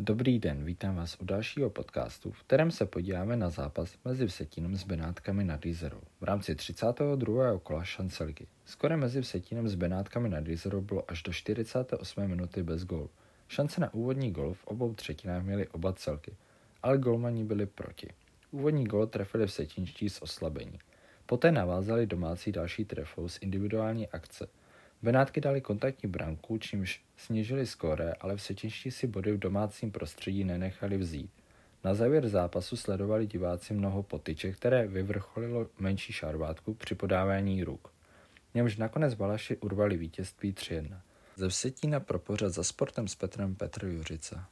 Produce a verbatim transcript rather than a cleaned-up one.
Dobrý den, vítám vás u dalšího podcastu, v kterém se podíváme na zápas mezi Vsetínem s Benátkami nad Jizerou v rámci třicátého druhého kola šance ligy. Skóre mezi Vsetínem s Benátkami nad Jizerou bylo až do čtyřicáté osmé minuty bez gólu. Šance na úvodní gól v obou třetinách měly oba celky, ale gólmani byli proti. Úvodní gól trefili vsetínští z oslabení. Poté navázali domácí další trefou z individuální akce. Benátky dali kontaktní branku, čímž snížili skóre, ale vsetínští si body v domácím prostředí nenechali vzít. Na závěr zápasu sledovali diváci mnoho potyček, které vyvrcholilo menší šarvátku při podávání ruk. Němž nakonec Balaši urvali vítězství tři jedna. Ze Vsetína pro pořad Za sportem s Petrem Petr Juřica.